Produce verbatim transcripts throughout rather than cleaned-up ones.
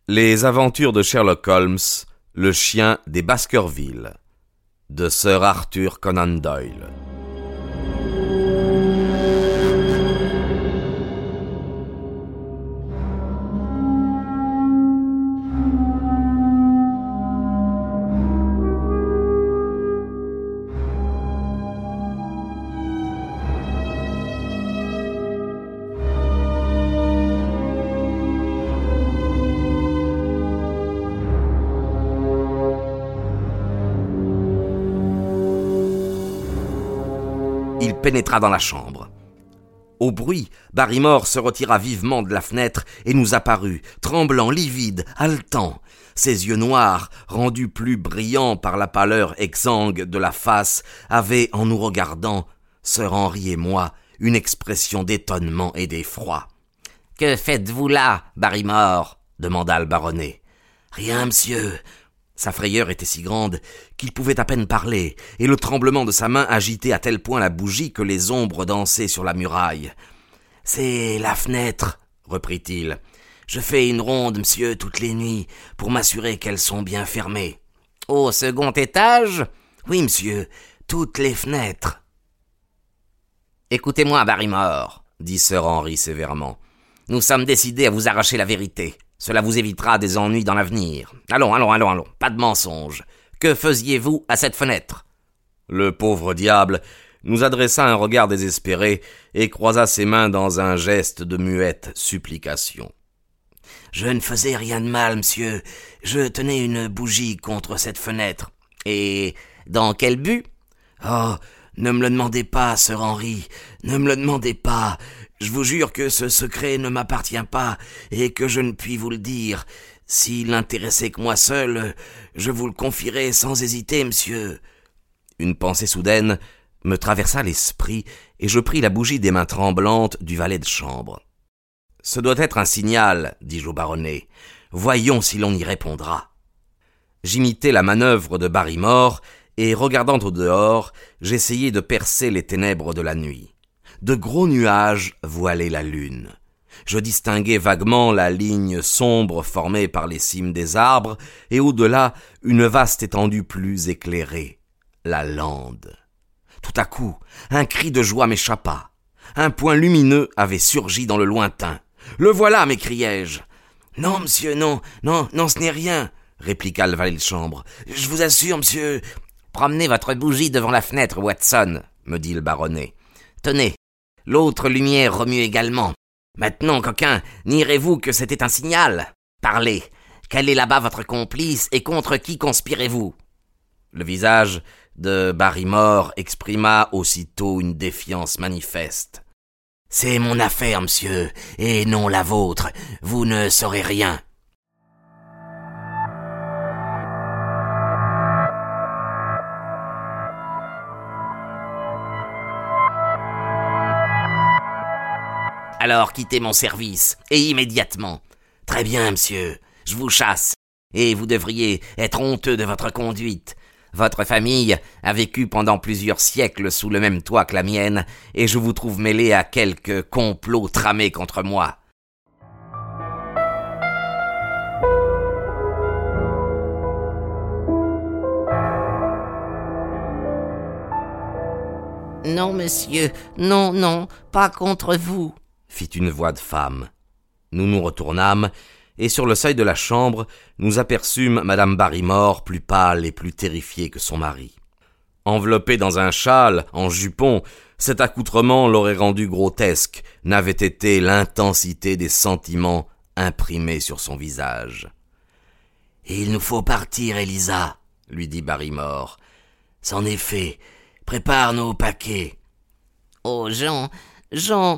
Les aventures de Sherlock Holmes, le chien des Baskerville, de Sir Arthur Conan Doyle. Il pénétra dans la chambre. Au bruit, Barrymore se retira vivement de la fenêtre et nous apparut, tremblant, livide, haletant. Ses yeux noirs, rendus plus brillants par la pâleur exsangue de la face, avaient, en nous regardant, Sir Henry et moi, une expression d'étonnement et d'effroi. « Que faites-vous là, Barrymore ?» demanda le baronnet. « Rien, monsieur. » Sa frayeur était si grande qu'il pouvait à peine parler, et le tremblement de sa main agitait à tel point la bougie que les ombres dansaient sur la muraille. « C'est la fenêtre, » reprit-il. « Je fais une ronde, monsieur, toutes les nuits, pour m'assurer qu'elles sont bien fermées. »« Au second étage ?»« Oui, monsieur, toutes les fenêtres. »« Écoutez-moi, Barrymore, » dit Sir Henry sévèrement. « Nous sommes décidés à vous arracher la vérité. Cela vous évitera des ennuis dans l'avenir. Allons, allons, allons, allons, pas de mensonges. Que faisiez-vous à cette fenêtre ?» Le pauvre diable nous adressa un regard désespéré et croisa ses mains dans un geste de muette supplication. « Je ne faisais rien de mal, monsieur. Je tenais une bougie contre cette fenêtre. »« Et dans quel but ?»« Oh, ne me le demandez pas, Sir Henry, ne me le demandez pas. Je vous jure que ce secret ne m'appartient pas et que je ne puis vous le dire. S'il n'intéressait que moi seul, je vous le confierais sans hésiter, monsieur. » Une pensée soudaine me traversa l'esprit et je pris la bougie des mains tremblantes du valet de chambre. « Ce doit être un signal, » dis-je au baronnet. « Voyons si l'on y répondra. » J'imitai la manœuvre de Barrymore et, regardant au dehors, j'essayai de percer les ténèbres de la nuit. De gros nuages voilaient la lune. Je distinguais vaguement la ligne sombre formée par les cimes des arbres et au-delà une vaste étendue plus éclairée, la lande. Tout à coup, un cri de joie m'échappa. Un point lumineux avait surgi dans le lointain. « Le voilà !» m'écriai-je. « Non, monsieur, non, non, non, ce n'est rien !» répliqua le valet de chambre. « Je vous assure, monsieur... »« Promenez votre bougie devant la fenêtre, Watson, » me dit le baronnet. « Tenez, l'autre lumière remue également. Maintenant, coquin, nierez-vous que c'était un signal ? Parlez, quel est là-bas votre complice et contre qui conspirez-vous » Le visage de Barrymore exprima aussitôt une défiance manifeste. « C'est mon affaire, monsieur, et non la vôtre. Vous ne saurez rien. » Alors quittez mon service, et immédiatement. Très bien, monsieur, je vous chasse, et vous devriez être honteux de votre conduite. Votre famille a vécu pendant plusieurs siècles sous le même toit que la mienne, et je vous trouve mêlé à quelque complot tramé contre moi. Non, monsieur, non, non, pas contre vous, fit une voix de femme. Nous nous retournâmes, et sur le seuil de la chambre, nous aperçûmes madame Barrymore plus pâle et plus terrifiée que son mari. Enveloppée dans un châle, en jupon, cet accoutrement l'aurait rendue grotesque, n'avait été l'intensité des sentiments imprimés sur son visage. « Il nous faut partir, Elisa, » lui dit Barrymore. « C'en est fait. Prépare nos paquets. »« Oh, Jean, Jean, »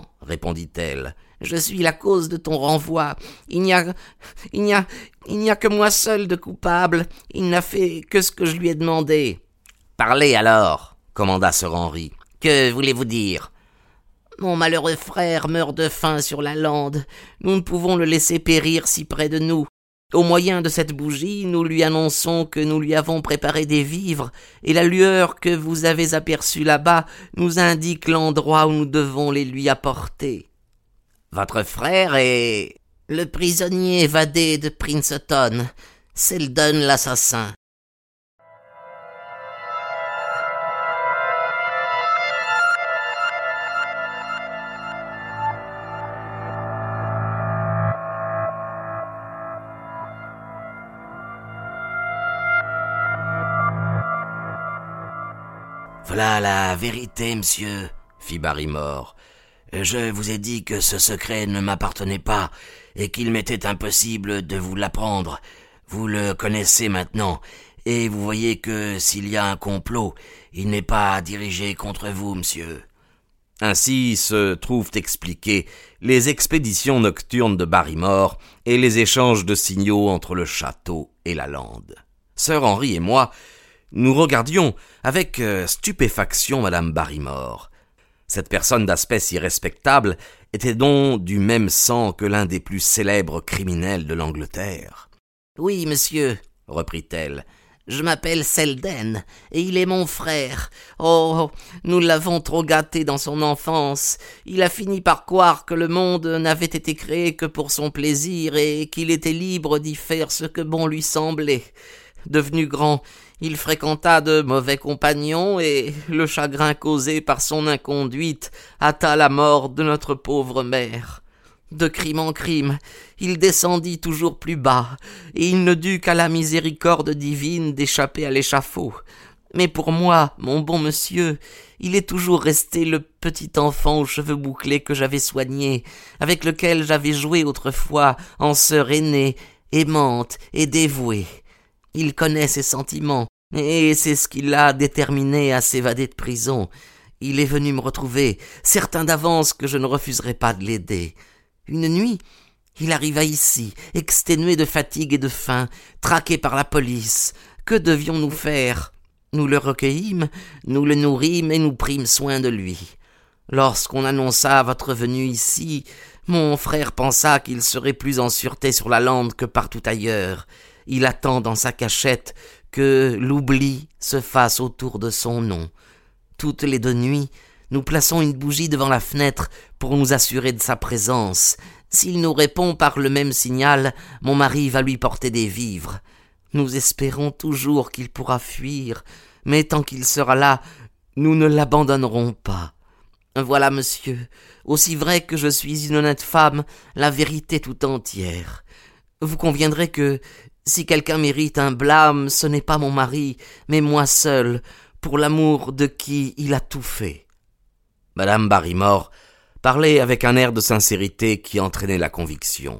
répondit-elle, « je suis la cause de ton renvoi. Il n'y a, il n'y a, il n'y a que moi seul de coupable. Il n'a fait que ce que je lui ai demandé. »« Parlez alors, » commanda Sir Henry. « Que voulez-vous dire ?»« Mon malheureux frère meurt de faim sur la lande. Nous ne pouvons le laisser périr si près de nous. Au moyen de cette bougie, nous lui annonçons que nous lui avons préparé des vivres, et la lueur que vous avez aperçue là-bas nous indique l'endroit où nous devons les lui apporter. »« Votre frère est... » Le prisonnier évadé de Princeton, Selden l'assassin. Voilà la vérité, monsieur, fit Barrymore. Je vous ai dit que ce secret ne m'appartenait pas et qu'il m'était impossible de vous l'apprendre. Vous le connaissez maintenant, et vous voyez que s'il y a un complot, il n'est pas dirigé contre vous, monsieur. Ainsi se trouvent expliquées les expéditions nocturnes de Barrymore et les échanges de signaux entre le château et la lande. Sir Henry et moi, nous regardions avec euh, stupéfaction Madame Barrymore. Cette personne d'aspect si respectable était donc du même sang que l'un des plus célèbres criminels de l'Angleterre. « Oui, monsieur, reprit-elle, je m'appelle Selden, et il est mon frère. Oh, nous l'avons trop gâté dans son enfance. Il a fini par croire que le monde n'avait été créé que pour son plaisir et qu'il était libre d'y faire ce que bon lui semblait. Devenu grand, il fréquenta de mauvais compagnons et le chagrin causé par son inconduite hâta la mort de notre pauvre mère. De crime en crime, il descendit toujours plus bas, et il ne dut qu'à la miséricorde divine d'échapper à l'échafaud. Mais pour moi, mon bon monsieur, il est toujours resté le petit enfant aux cheveux bouclés que j'avais soigné, avec lequel j'avais joué autrefois en sœur aînée, aimante et dévouée. Il connaît ses sentiments, et c'est ce qui l'a déterminé à s'évader de prison. Il est venu me retrouver, certain d'avance que je ne refuserai pas de l'aider. Une nuit, il arriva ici, exténué de fatigue et de faim, traqué par la police. Que devions-nous faire? Nous le recueillîmes, nous le nourrîmes et nous prîmes soin de lui. Lorsqu'on annonça votre venue ici, mon frère pensa qu'il serait plus en sûreté sur la lande que partout ailleurs. Il attend dans sa cachette que l'oubli se fasse autour de son nom. Toutes les deux nuits, nous plaçons une bougie devant la fenêtre pour nous assurer de sa présence. S'il nous répond par le même signal, mon mari va lui porter des vivres. Nous espérons toujours qu'il pourra fuir, mais tant qu'il sera là, nous ne l'abandonnerons pas. Voilà, monsieur, aussi vrai que je suis une honnête femme, la vérité tout entière. Vous conviendrez que, si quelqu'un mérite un blâme, ce n'est pas mon mari, mais moi seul, pour l'amour de qui il a tout fait. » Madame Barrymore parlait avec un air de sincérité qui entraînait la conviction.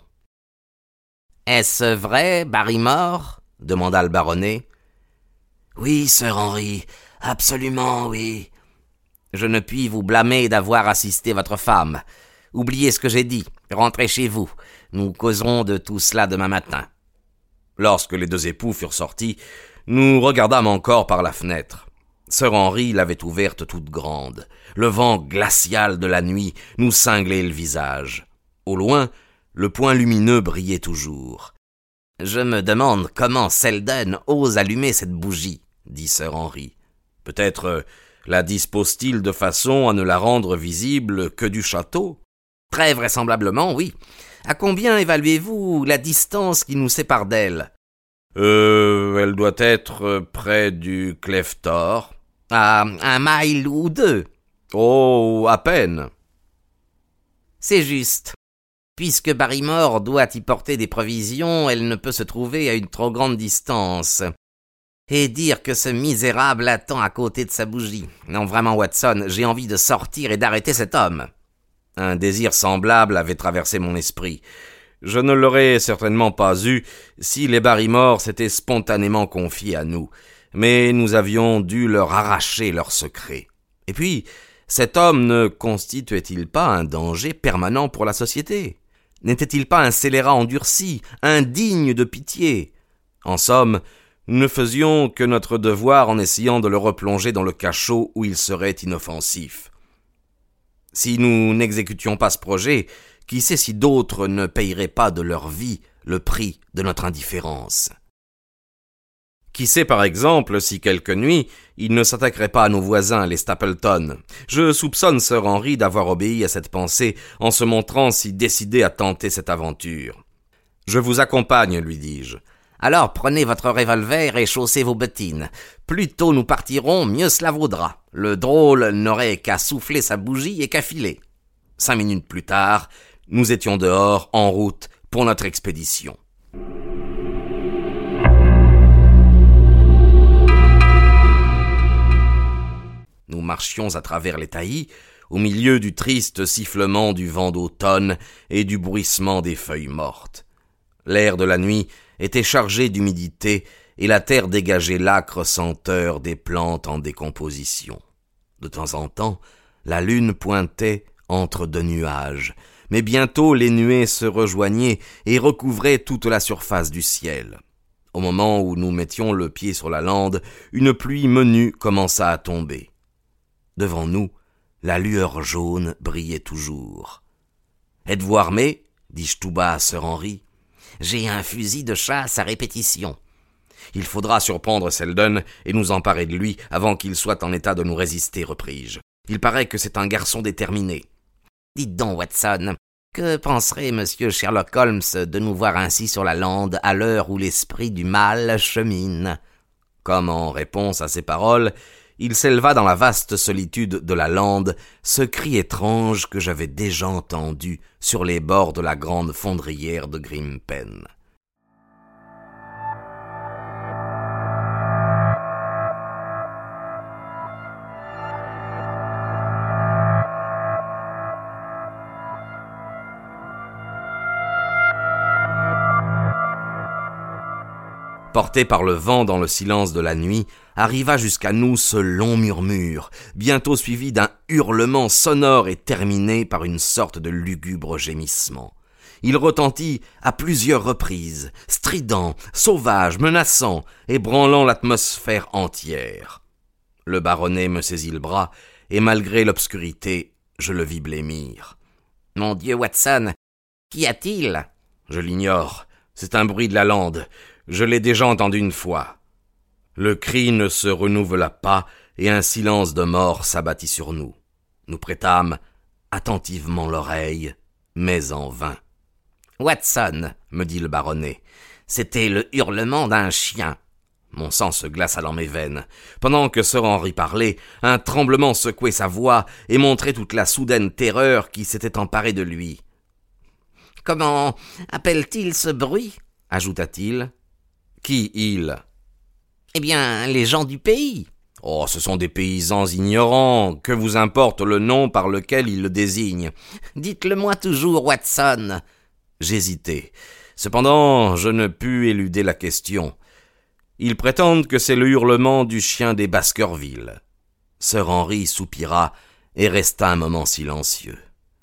« Est-ce vrai, Barrymore ?» demanda le baronnet. « Oui, Sir Henry, absolument oui. »« Je ne puis vous blâmer d'avoir assisté votre femme. Oubliez ce que j'ai dit, rentrez chez vous. Nous causerons de tout cela demain matin. » Lorsque les deux époux furent sortis, nous regardâmes encore par la fenêtre. Sir Henry l'avait ouverte toute grande. Le vent glacial de la nuit nous cinglait le visage. Au loin, le point lumineux brillait toujours. « Je me demande comment Selden ose allumer cette bougie, » dit Sir Henry. « Peut-être euh, la dispose-t-il de façon à ne la rendre visible que du château ?»« Très vraisemblablement, oui. À combien évaluez-vous la distance qui nous sépare d'elle ?»« Euh, elle doit être près du Cleft Tor. »« À un mile ou deux. »« Oh, à peine. »« C'est juste. Puisque Barrymore doit y porter des provisions, elle ne peut se trouver à une trop grande distance. Et dire que ce misérable attend à côté de sa bougie. Non, vraiment, Watson, j'ai envie de sortir et d'arrêter cet homme. » Un désir semblable avait traversé mon esprit. Je ne l'aurais certainement pas eu si les Barrymore s'étaient spontanément confiés à nous, mais nous avions dû leur arracher leur secret. Et puis, cet homme ne constituait-il pas un danger permanent pour la société? N'était-il pas un scélérat endurci, indigne de pitié? En somme, nous ne faisions que notre devoir en essayant de le replonger dans le cachot où il serait inoffensif. Si nous n'exécutions pas ce projet, qui sait si d'autres ne payeraient pas de leur vie le prix de notre indifférence. Qui sait par exemple si quelque nuit, il ne s'attaquerait pas à nos voisins, les Stapleton. Je soupçonne Sir Henry d'avoir obéi à cette pensée en se montrant si décidé à tenter cette aventure. « Je vous accompagne, lui dis-je. »« Alors prenez votre revolver et chaussez vos bottines. Plus tôt nous partirons, mieux cela vaudra. Le drôle n'aurait qu'à souffler sa bougie et qu'à filer. » Cinq minutes plus tard, nous étions dehors, en route, pour notre expédition. Nous marchions à travers les taillis, au milieu du triste sifflement du vent d'automne et du bruissement des feuilles mortes. L'air de la nuit était chargé d'humidité et la terre dégageait l'âcre senteur des plantes en décomposition. De temps en temps, la lune pointait entre deux nuages, mais bientôt les nuées se rejoignaient et recouvraient toute la surface du ciel. Au moment où nous mettions le pied sur la lande, une pluie menue commença à tomber. Devant nous, la lueur jaune brillait toujours. « Êtes-vous armé ?» dis-je tout bas à Sir Henry. « J'ai un fusil de chasse à répétition. Il faudra surprendre Selden et nous emparer de lui avant qu'il soit en état de nous résister, repris-je. Il paraît que c'est un garçon déterminé. Dites donc, Watson, que penserait monsieur Sherlock Holmes de nous voir ainsi sur la lande à l'heure où l'esprit du mal chemine ?» Comme en réponse à ces paroles, il s'éleva dans la vaste solitude de la lande ce cri étrange que j'avais déjà entendu sur les bords de la grande fondrière de Grimpen. Porté par le vent dans le silence de la nuit, arriva jusqu'à nous ce long murmure, bientôt suivi d'un hurlement sonore et terminé par une sorte de lugubre gémissement. Il retentit à plusieurs reprises, strident, sauvage, menaçant, ébranlant l'atmosphère entière. Le baronnet me saisit le bras, et malgré l'obscurité, je le vis blêmir. « Mon Dieu, Watson, qu'y a-t-il » ?»« Je l'ignore, c'est un bruit de la lande. Je l'ai déjà entendu une fois. » Le cri ne se renouvela pas, et un silence de mort s'abattit sur nous. Nous prêtâmes attentivement l'oreille, mais en vain. « Watson, » me dit le baronnet, « c'était le hurlement d'un chien. » Mon sang se glaça dans mes veines. Pendant que Sir Henry parlait, un tremblement secouait sa voix et montrait toute la soudaine terreur qui s'était emparée de lui. « Comment appelle-t-il ce bruit ?» ajouta-t-il. « Qui, il ?»« Eh bien, les gens du pays. »« Oh, ce sont des paysans ignorants. Que vous importe le nom par lequel ils le désignent ?»« Dites-le-moi toujours, Watson. » J'hésitai. Cependant, je ne pus éluder la question. Ils prétendent que c'est le hurlement du chien des Baskerville. Sir Henry soupira et resta un moment silencieux.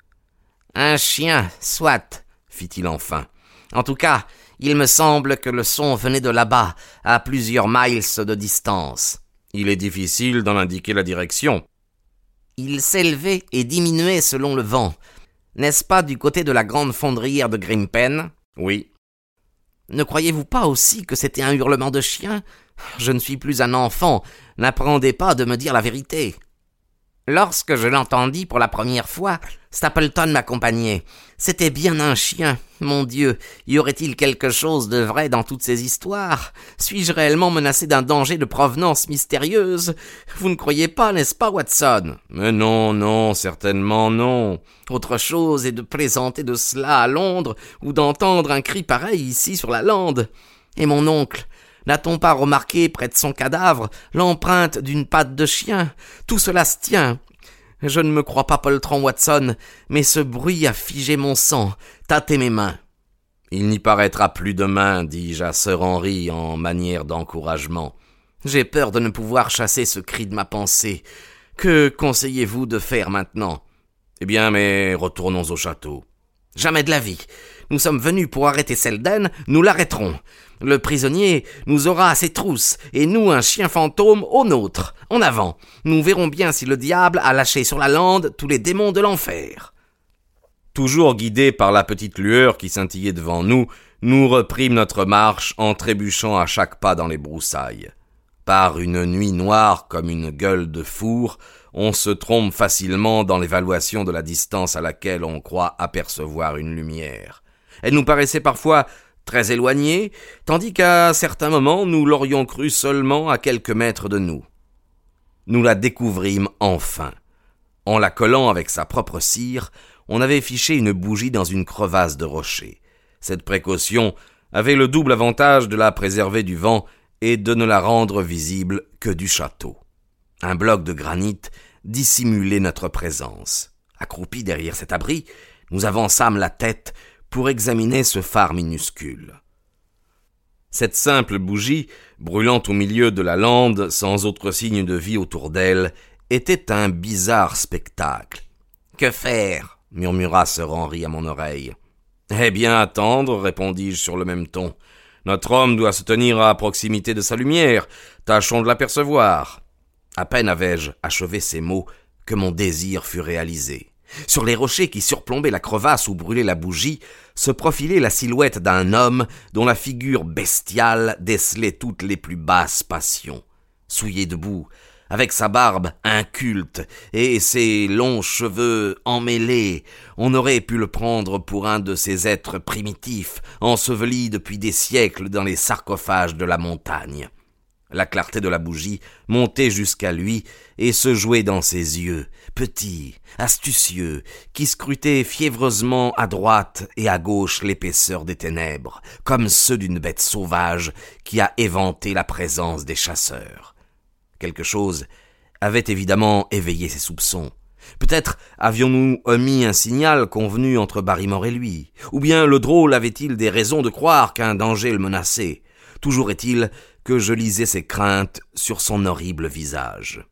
« Un chien, soit, fit-il enfin. En tout cas, il me semble que le son venait de là-bas, à plusieurs miles de distance. Il est difficile d'en indiquer la direction. Il s'élevait et diminuait selon le vent. N'est-ce pas du côté de la grande fondrière de Grimpen ? Oui. Ne croyez-vous pas aussi que c'était un hurlement de chien ? Je ne suis plus un enfant, n'apprenez pas de me dire la vérité. Lorsque je l'entendis pour la première fois, Stapleton m'accompagnait. C'était bien un chien. Mon Dieu, y aurait-il quelque chose de vrai dans toutes ces histoires ? Suis-je réellement menacé d'un danger de provenance mystérieuse ? Vous ne croyez pas, n'est-ce pas, Watson ? Mais non, non, certainement non. Autre chose est de plaisanter de cela à Londres ou d'entendre un cri pareil ici sur la lande. Et mon oncle ? N'a-t-on pas remarqué près de son cadavre l'empreinte d'une patte de chien ? Tout cela se tient. Je ne me crois pas poltron, Watson, mais ce bruit a figé mon sang. Tâtez mes mains. Il n'y paraîtra plus demain, dis-je à Sir Henry en manière d'encouragement. J'ai peur de ne pouvoir chasser ce cri de ma pensée. Que conseillez-vous de faire maintenant ? Eh bien, mais retournons au château. Jamais de la vie. Nous sommes venus pour arrêter Selden, nous l'arrêterons. Le prisonnier nous aura à ses trousses, et nous un chien fantôme au nôtre. En avant, nous verrons bien si le diable a lâché sur la lande tous les démons de l'enfer. Toujours guidés par la petite lueur qui scintillait devant nous, nous reprîmes notre marche en trébuchant à chaque pas dans les broussailles. Par une nuit noire comme une gueule de four, on se trompe facilement dans l'évaluation de la distance à laquelle on croit apercevoir une lumière. Elle nous paraissait parfois très éloignée, tandis qu'à certains moments nous l'aurions crue seulement à quelques mètres de nous. Nous la découvrîmes enfin. En la collant avec sa propre cire, on avait fiché une bougie dans une crevasse de rocher. Cette précaution avait le double avantage de la préserver du vent et de ne la rendre visible que du château. Un bloc de granit dissimulait notre présence. Accroupis derrière cet abri, nous avançâmes la tête pour examiner ce phare minuscule. Cette simple bougie, brûlant au milieu de la lande, sans autre signe de vie autour d'elle, était un bizarre spectacle. « Que faire ?» murmura sir Henry à mon oreille. « Eh bien, attendre, répondis-je sur le même ton. Notre homme doit se tenir à proximité de sa lumière. Tâchons de l'apercevoir. » À peine avais-je achevé ces mots que mon désir fut réalisé. Sur les rochers qui surplombaient la crevasse où brûlait la bougie, se profilait la silhouette d'un homme dont la figure bestiale décelait toutes les plus basses passions. Souillé de boue, avec sa barbe inculte et ses longs cheveux emmêlés, on aurait pu le prendre pour un de ces êtres primitifs, ensevelis depuis des siècles dans les sarcophages de la montagne. La clarté de la bougie montait jusqu'à lui et se jouait dans ses yeux, petits, astucieux, qui scrutaient fiévreusement à droite et à gauche l'épaisseur des ténèbres, comme ceux d'une bête sauvage qui a éventé la présence des chasseurs. Quelque chose avait évidemment éveillé ses soupçons. Peut-être avions-nous omis un signal convenu entre Barrymore et lui, ou bien le drôle avait-il des raisons de croire qu'un danger le menaçait. Toujours est-il que je lisais ses craintes sur son horrible visage.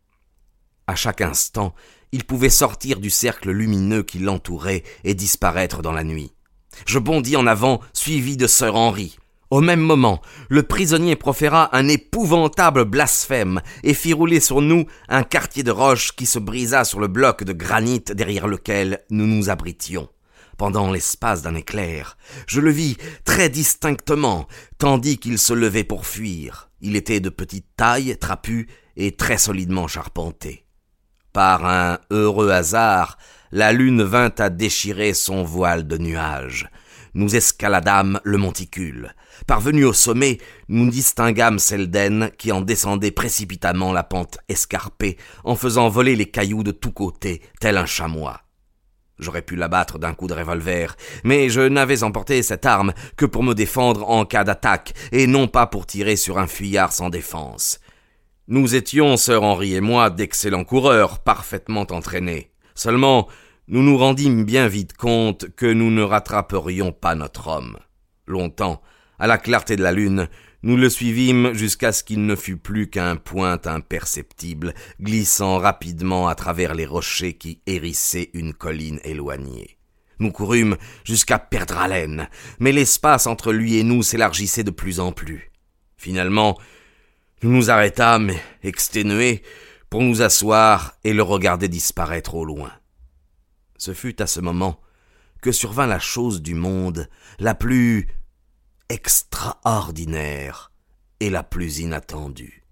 À chaque instant, il pouvait sortir du cercle lumineux qui l'entourait et disparaître dans la nuit. Je bondis en avant, suivi de sir Henry. Au même moment, le prisonnier proféra un épouvantable blasphème et fit rouler sur nous un quartier de roche qui se brisa sur le bloc de granit derrière lequel nous nous abritions. Pendant l'espace d'un éclair, je le vis très distinctement, tandis qu'il se levait pour fuir. Il était de petite taille, trapu et très solidement charpenté. Par un heureux hasard, la lune vint à déchirer son voile de nuages. Nous escaladâmes le monticule. Parvenus au sommet, nous distinguâmes Selden qui en descendait précipitamment la pente escarpée en faisant voler les cailloux de tous côtés, tel un chamois. J'aurais pu l'abattre d'un coup de revolver, mais je n'avais emporté cette arme que pour me défendre en cas d'attaque, et non pas pour tirer sur un fuyard sans défense. Nous étions, sir Henry et moi, d'excellents coureurs, parfaitement entraînés. Seulement, nous nous rendîmes bien vite compte que nous ne rattraperions pas notre homme. Longtemps, à la clarté de la lune, nous le suivîmes jusqu'à ce qu'il ne fût plus qu'un point imperceptible, glissant rapidement à travers les rochers qui hérissaient une colline éloignée. Nous courûmes jusqu'à perdre haleine, mais l'espace entre lui et nous s'élargissait de plus en plus. Finalement, nous nous arrêtâmes, exténués, pour nous asseoir et le regarder disparaître au loin. Ce fut à ce moment que survint la chose du monde la plus extraordinaire et la plus inattendue.